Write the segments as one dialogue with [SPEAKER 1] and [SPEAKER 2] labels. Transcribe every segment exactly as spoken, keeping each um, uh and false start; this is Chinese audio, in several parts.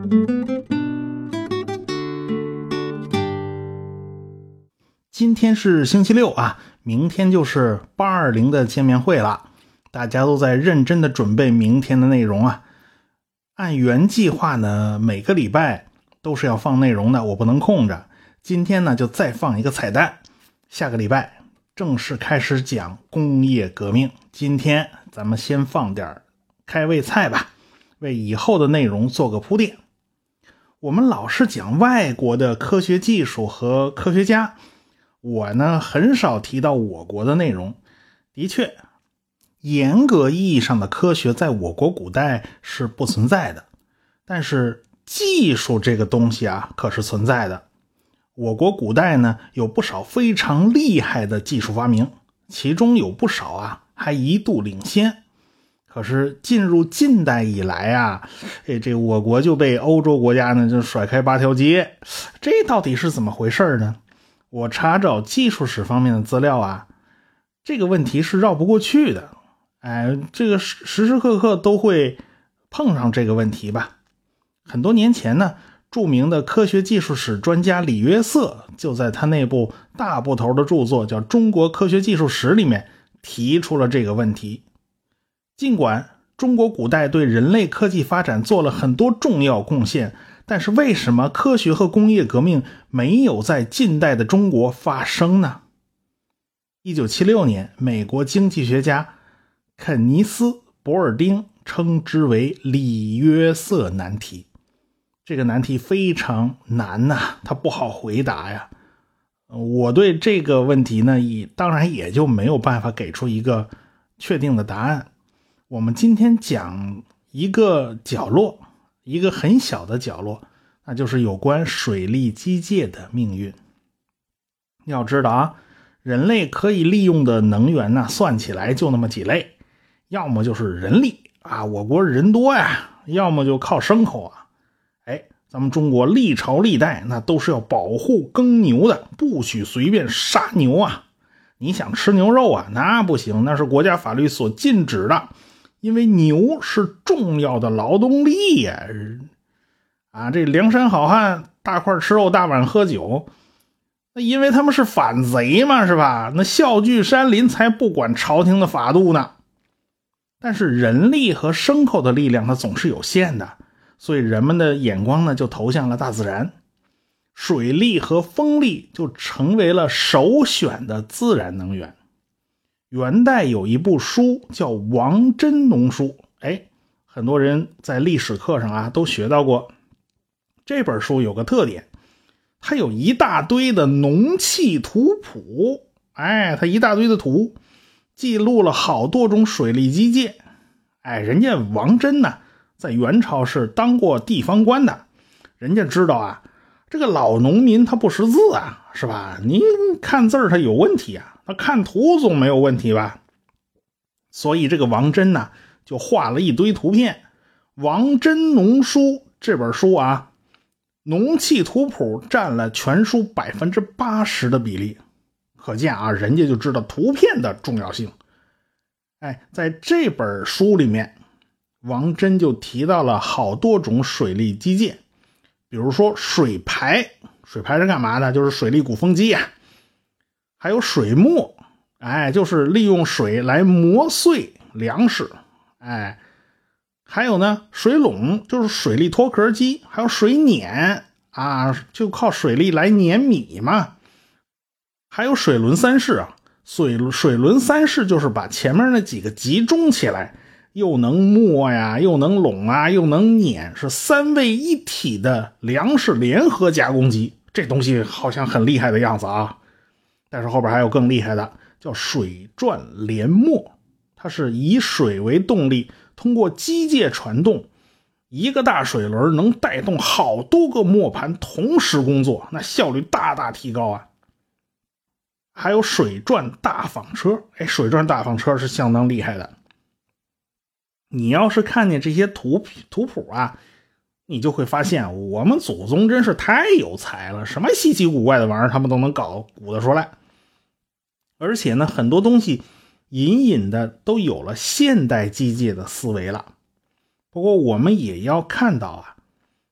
[SPEAKER 1] 今天是星期六啊，明天就是八二零的见面会了，大家都在认真的准备明天的内容啊。按原计划呢，每个礼拜都是要放内容的，我不能空着。今天呢就再放一个彩蛋，下个礼拜正式开始讲工业革命。今天咱们先放点开胃菜吧，为以后的内容做个铺垫。我们老是讲外国的科学技术和科学家，我呢很少提到我国的内容。的确，严格意义上的科学在我国古代是不存在的，但是技术这个东西啊可是存在的。我国古代呢有不少非常厉害的技术发明，其中有不少啊还一度领先。可是进入近代以来啊，哎，这我国就被欧洲国家呢就甩开八条街，这到底是怎么回事呢？我查找技术史方面的资料啊，这个问题是绕不过去的。哎，这个时时刻刻都会碰上这个问题吧。很多年前呢，著名的科学技术史专家李约瑟就在他那部大部头的著作叫《中国科学技术史》里面提出了这个问题。尽管中国古代对人类科技发展做了很多重要贡献，但是为什么科学和工业革命没有在近代的中国发生呢？一九七六年，美国经济学家肯尼斯·博尔丁称之为李约瑟难题。这个难题非常难呐、啊，它不好回答呀。我对这个问题呢，也当然也就没有办法给出一个确定的答案。我们今天讲一个角落，一个很小的角落，那就是有关水力机械的命运。要知道啊，人类可以利用的能源呢，算起来就那么几类，要么就是人力啊，我国人多呀，要么就靠牲口啊。哎，咱们中国历朝历代那都是要保护耕牛的，不许随便杀牛啊。你想吃牛肉啊，那不行，那是国家法律所禁止的。因为牛是重要的劳动力呀、啊，啊，这梁山好汉大块吃肉大碗喝酒，那因为他们是反贼嘛，是吧？那笑聚山林才不管朝廷的法度呢。但是人力和牲口的力量它总是有限的，所以人们的眼光呢就投向了大自然，水力和风力就成为了首选的自然能源。元代有一部书叫《王真农书》，哎，很多人在历史课上啊都学到过。这本书有个特点，它有一大堆的农器图谱，哎，它一大堆的图，记录了好多种水利机械。哎，人家王真呢，在元朝是当过地方官的，人家知道啊，这个老农民他不识字啊，是吧？你看字儿他有问题啊。他看图总没有问题吧？所以这个王真呢，就画了一堆图片。王真农书这本书啊，农器图谱占了全书 百分之八十 的比例，可见啊，人家就知道图片的重要性。哎，在这本书里面，王真就提到了好多种水利机械，比如说水排，水排是干嘛的？就是水利鼓风机啊。还有水磨，哎，就是利用水来磨碎粮食，哎，还有呢，水垄就是水力脱壳机，还有水碾啊，就靠水力来碾米嘛。还有水轮三式啊，水水轮三式就是把前面那几个集中起来，又能磨呀，又能垄啊，又能碾，是三位一体的粮食联合加工机。这东西好像很厉害的样子啊。但是后边还有更厉害的，叫水转联磨，它是以水为动力，通过机械传动，一个大水轮能带动好多个磨盘同时工作，那效率大大提高啊。还有水转大纺车，哎，水转大纺车是相当厉害的。你要是看见这些图图谱啊，你就会发现我们祖宗真是太有才了，什么稀奇古怪的玩意儿他们都能搞鼓得出来。而且呢，很多东西隐隐的都有了现代机械的思维了。不过我们也要看到啊，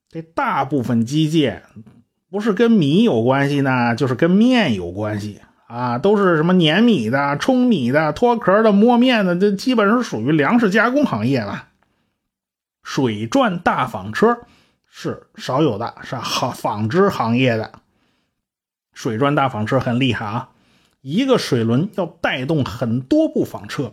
[SPEAKER 1] 这大部分机械不是跟米有关系呢，就是跟面有关系啊，都是什么碾米的、冲米的、脱壳的、磨面的，这基本上是属于粮食加工行业了。水转大纺车是少有的，是纺织行业的。水转大纺车很厉害啊，一个水轮要带动很多部纺车。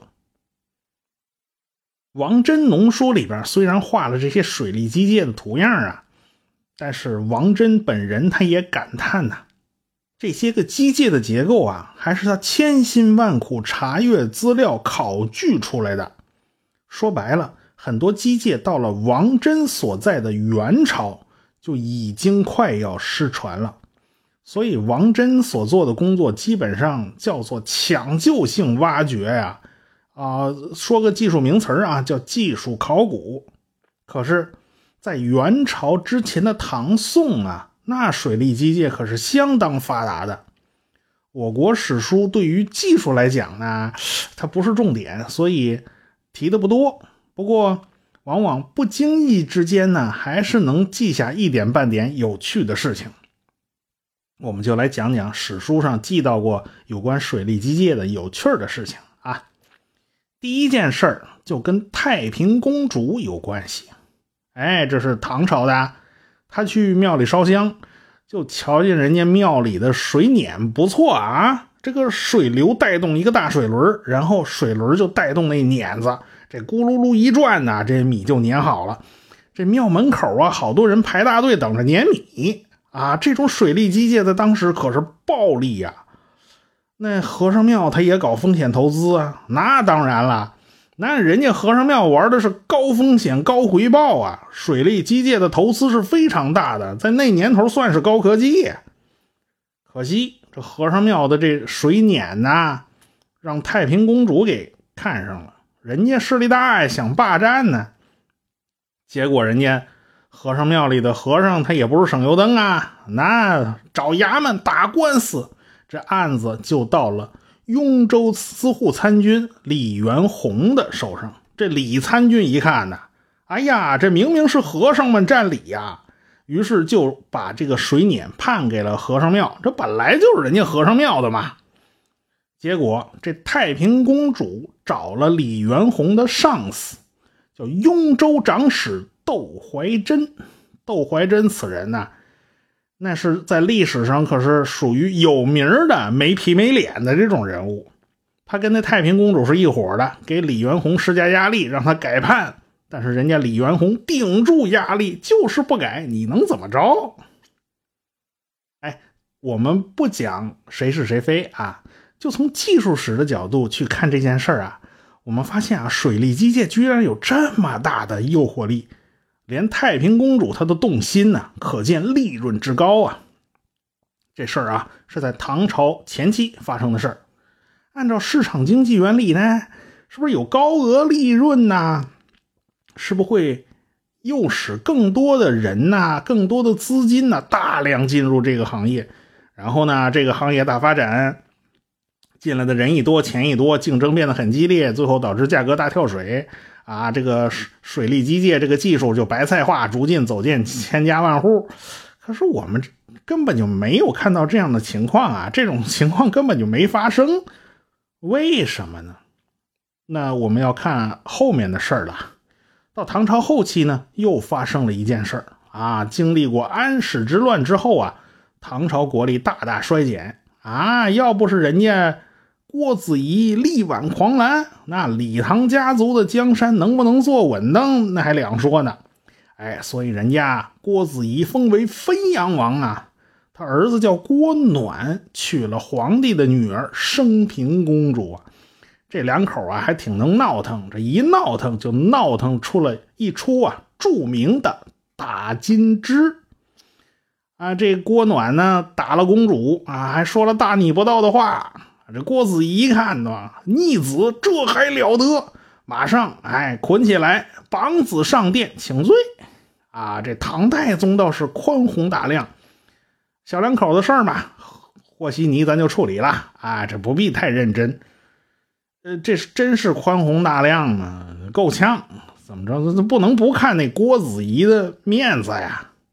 [SPEAKER 1] 王真农书里边虽然画了这些水利机械的图样啊，但是王真本人他也感叹呐、啊，这些个机械的结构啊，还是他千辛万苦查阅资料考据出来的。说白了，很多机械到了王真所在的元朝就已经快要失传了，所以王真所做的工作基本上叫做抢救性挖掘呀、啊，呃，说个技术名词啊，叫技术考古。可是在元朝之前的唐宋啊，那水利机械可是相当发达的。我国史书对于技术来讲呢，它不是重点，所以提的不多。不过往往不经意之间呢，还是能记下一点半点有趣的事情。我们就来讲讲史书上记到过有关水利机械的有趣的事情啊。第一件事儿就跟太平公主有关系。哎，这是唐朝的，他去庙里烧香，就瞧见人家庙里的水碾不错啊，这个水流带动一个大水轮，然后水轮就带动那碾子，这咕噜噜一转呢，这米就碾好了。这庙门口啊，好多人排大队等着碾米啊，这种水利机械在当时可是暴利呀、啊。那和尚庙他也搞风险投资啊，那当然了，那人家和尚庙玩的是高风险高回报啊，水利机械的投资是非常大的，在那年头算是高科技。可惜这和尚庙的这水碾呐，让太平公主给看上了，人家势力大呀，想霸占呢。结果人家和尚庙里的和尚他也不是省油灯啊，那找衙门打官司，这案子就到了雍州司户参军李元洪的手上。这李参军一看呢，哎呀，这明明是和尚们占理呀，于是就把这个水碾判给了和尚庙，这本来就是人家和尚庙的嘛。结果这太平公主找了李元洪的上司，叫雍州长史窦怀真。窦怀真此人呢、啊，那是在历史上可是属于有名的没皮没脸的这种人物。他跟那太平公主是一伙的，给李元洪施加压力让他改判，但是人家李元洪顶住压力就是不改，你能怎么着？哎，我们不讲谁是谁非啊，就从技术史的角度去看这件事儿啊，我们发现啊，水利机械居然有这么大的诱惑力，连太平公主她都动心呢、啊，可见利润之高啊。这事儿啊是在唐朝前期发生的事儿。按照市场经济原理呢，是不是有高额利润呢？是不是会诱使更多的人呐、更多的资金呐大量进入这个行业？然后呢，这个行业大发展，进来的人一多，钱一多，竞争变得很激烈，最后导致价格大跳水啊！这个水利机械这个技术就白菜化，逐渐走进千家万户。可是我们根本就没有看到这样的情况啊，这种情况根本就没发生。为什么呢？那我们要看后面的事儿了。到唐朝后期呢，又发生了一件事儿啊，经历过安史之乱之后啊，唐朝国力大大衰减啊，要不是人家郭子仪力挽狂澜，那李唐家族的江山能不能坐稳当，那还两说呢。哎，所以人家郭子仪封为汾阳王啊，他儿子叫郭暖，娶了皇帝的女儿升平公主啊。这两口啊还挺能闹腾，这一闹腾就闹腾出了一出啊著名的打金枝啊。这郭暖呢打了公主啊，还说了大逆不道的话。这郭子仪一看呢，逆子这还了得，马上哎捆起来，绑子上殿请罪啊。这唐太宗倒是宽宏大量，小两口的事儿嘛，和稀泥咱就处理了啊，这不必太认真。呃，这是真是宽宏大量啊，够呛。怎么着，不能不看那郭子仪的面子呀。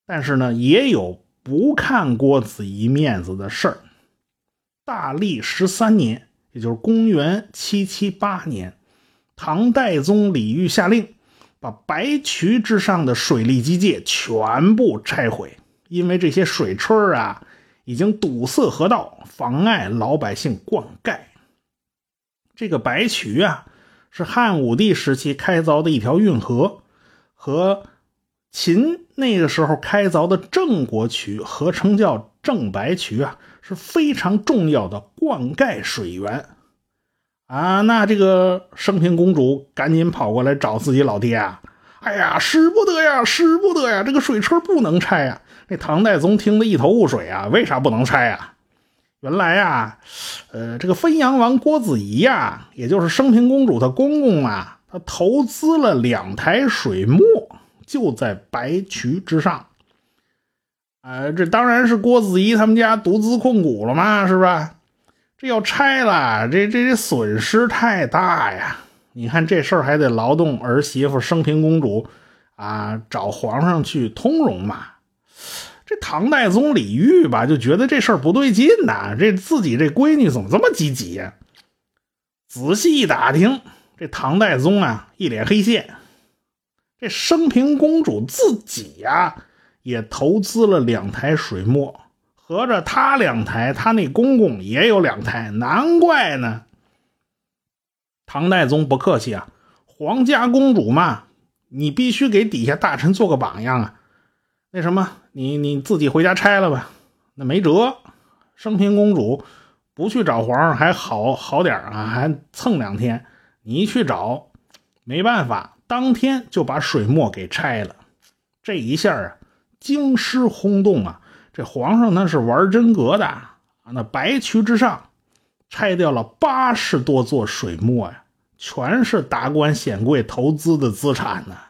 [SPEAKER 1] 但是呢，也有不看郭子仪面子的事儿。大历十三年，也就是公元七七八年，唐代宗李煜下令把白渠之上的水利机械全部拆毁，因为这些水车啊已经堵塞河道，妨碍老百姓灌溉。这个白渠啊是汉武帝时期开凿的一条运河，和秦那个时候开凿的郑国渠合称叫郑白渠啊，是非常重要的灌溉水源啊。那这个升平公主赶紧跑过来找自己老爹啊，哎呀，使不得呀，使不得呀，这个水车不能拆呀。那唐太宗听得一头雾水啊，为啥不能拆呀？原来啊，呃，这个汾阳王郭子仪呀，也就是升平公主她公公啊，他投资了两台水磨，就在白渠之上。呃，这当然是郭子仪他们家独资控股了嘛，是吧？这要拆了，这这这损失太大呀！你看这事儿还得劳动儿媳妇升平公主啊，找皇上去通融嘛。这唐太宗李煜吧，就觉得这事儿不对劲呐，这自己这闺女怎么这么积极呀？仔细一打听，这唐太宗啊一脸黑线，这升平公主自己呀也投资了两台水磨，合着他两台，他那公公也有两台，难怪呢。唐太宗不客气啊，皇家公主嘛，你必须给底下大臣做个榜样啊。那什么，你你自己回家拆了吧。那没辙，升平公主不去找皇上还好好点啊，还蹭两天。你一去找，没办法，当天就把水磨给拆了。这一下啊，京师轰动啊！这皇上那是玩真格的啊，那白渠之上拆掉了八十多座水磨呀，全是达官显贵投资的资产呢。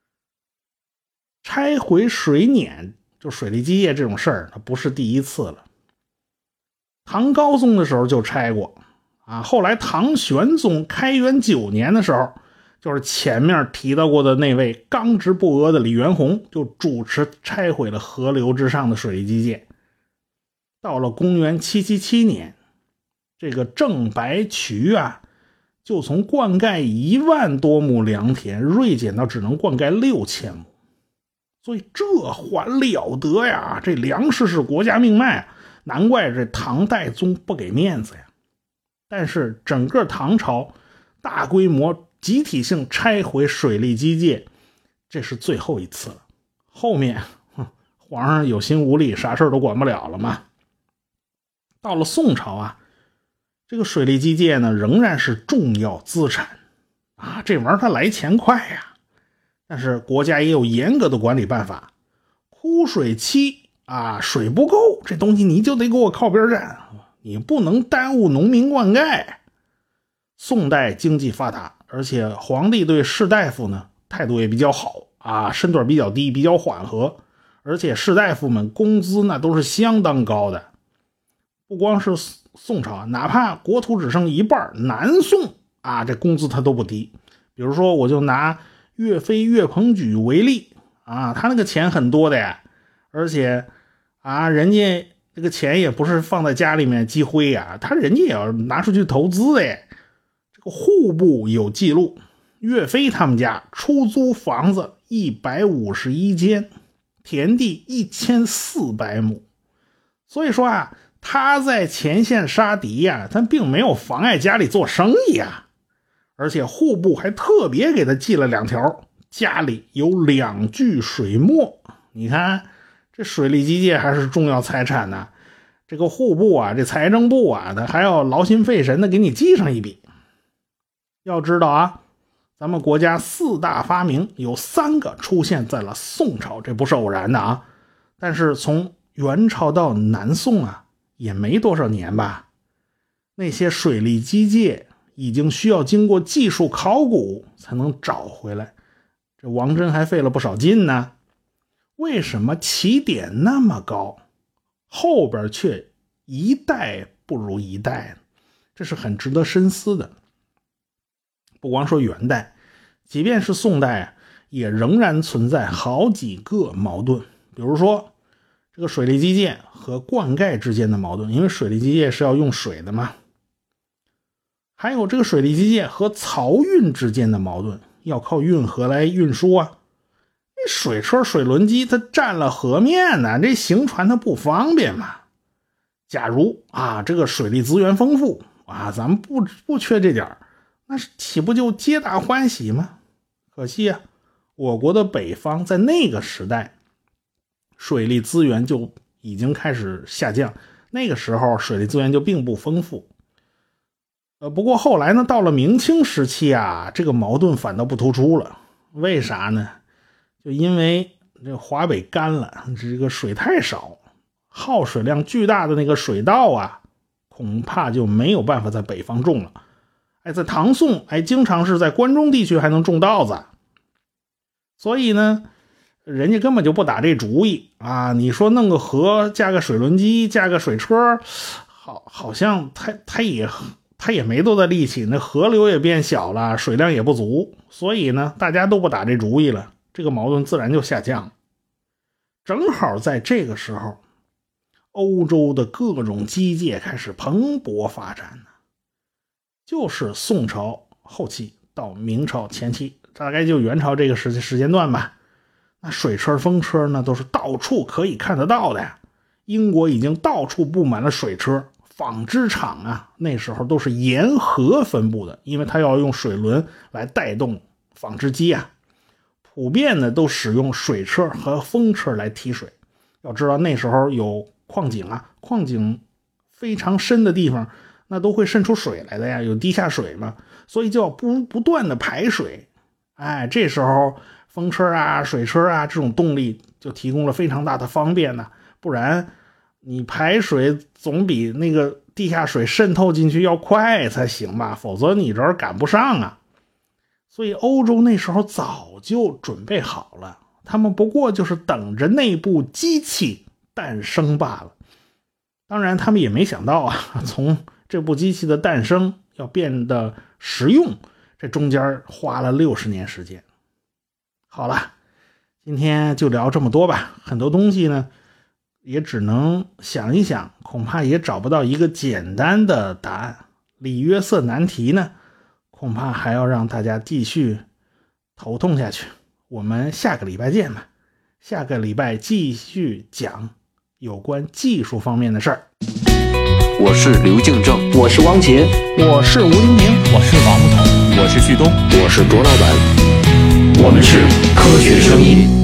[SPEAKER 1] 拆毁水碾，就水利机械这种事儿，它不是第一次了。唐高宗的时候就拆过啊，后来唐玄宗开元九年的时候，就是前面提到过的那位刚直不阿的李元洪，就主持拆毁了河流之上的水利机械。到了公元七七七年，这个郑白渠啊，就从灌溉一万多亩良田锐减到只能灌溉六千亩。所以这还了得呀，这粮食是国家命脉啊，难怪这唐太宗不给面子呀。但是整个唐朝大规模集体性拆毁水利机械，这是最后一次了。后面皇上有心无力，啥事都管不了了嘛。到了宋朝啊，这个水利机械呢仍然是重要资产啊，这玩意儿它来钱快呀。但是国家也有严格的管理办法，枯水期啊，水不够，这东西你就得给我靠边站，你不能耽误农民灌溉。宋代经济发达，而且皇帝对士大夫呢态度也比较好啊，身段比较低，比较缓和，而且士大夫们工资那都是相当高的。不光是宋朝，哪怕国土只剩一半，南宋啊，这工资他都不低。比如说，我就拿岳飞岳鹏举为例啊，他那个钱很多的呀，而且啊，人家这个钱也不是放在家里面积灰呀，他人家也要拿出去投资的。这个户部有记录，岳飞他们家出租房子一百五十一间，田地一千四百亩。所以说啊，他在前线杀敌呀，他并没有妨碍家里做生意啊。而且户部还特别给他记了两条，家里有两具水磨。你看这水利机械还是重要财产呢，这个户部啊，这财政部啊，他还要劳心费神的给你记上一笔。要知道啊，咱们国家四大发明有三个出现在了宋朝，这不是偶然的啊。但是从元朝到南宋啊，也没多少年吧，那些水利机械已经需要经过技术考古才能找回来，这王真还费了不少劲呢。为什么起点那么高，后边却一代不如一代呢？这是很值得深思的。不光说元代，即便是宋代也仍然存在好几个矛盾。 比如说这个水利机械和灌溉之间的矛盾，因为水利机械是要用水的嘛。还有这个水利机械和漕运之间的矛盾，要靠运河来运输啊。那水车水轮机它占了河面呢，这行船它不方便嘛。假如啊这个水利资源丰富啊，咱们不不缺这点，那岂不就皆大欢喜吗？可惜啊，我国的北方在那个时代水利资源就已经开始下降，那个时候水利资源就并不丰富。呃，不过后来呢，到了明清时期啊，这个矛盾反倒不突出了。为啥呢？就因为这华北干了，这个水太少，耗水量巨大的那个水稻啊，恐怕就没有办法在北方种了。哎，在唐宋，哎，经常是在关中地区还能种稻子，所以呢，人家根本就不打这主意啊。你说弄个河，加个水轮机，加个水车，好，好像他他也。他也没多大力气，那河流也变小了，水量也不足，所以呢，大家都不打这主意了，这个矛盾自然就下降了。正好在这个时候，欧洲的各种机械开始蓬勃发展呢，就是宋朝后期到明朝前期，大概就元朝这个时时间段吧。那水车、风车呢，都是到处可以看得到的呀。英国已经到处布满了水车。纺织厂啊，那时候都是沿河分布的，因为它要用水轮来带动纺织机啊。普遍的都使用水车和风车来提水。要知道那时候有矿井啊，矿井非常深的地方，那都会渗出水来的呀，有地下水嘛，所以就要不不断的排水。哎，这时候风车啊、水车啊这种动力就提供了非常大的方便呢，不然你排水总比那个地下水渗透进去要快才行吧，否则你这儿赶不上啊。所以欧洲那时候早就准备好了，他们不过就是等着那部机器诞生罢了。当然他们也没想到啊，从这部机器的诞生要变得实用，这中间花了六十年时间。好了，今天就聊这么多吧，很多东西呢也只能想一想，恐怕也找不到一个简单的答案。里约瑟难题呢，恐怕还要让大家继续头痛下去。我们下个礼拜见吧，下个礼拜继续讲有关技术方面的事儿。
[SPEAKER 2] 我是刘敬正，
[SPEAKER 3] 我是汪杰，
[SPEAKER 1] 我是吴京平，
[SPEAKER 4] 我是王木头，
[SPEAKER 5] 我是旭东，
[SPEAKER 6] 我是卓老板，
[SPEAKER 3] 我们是科学声音。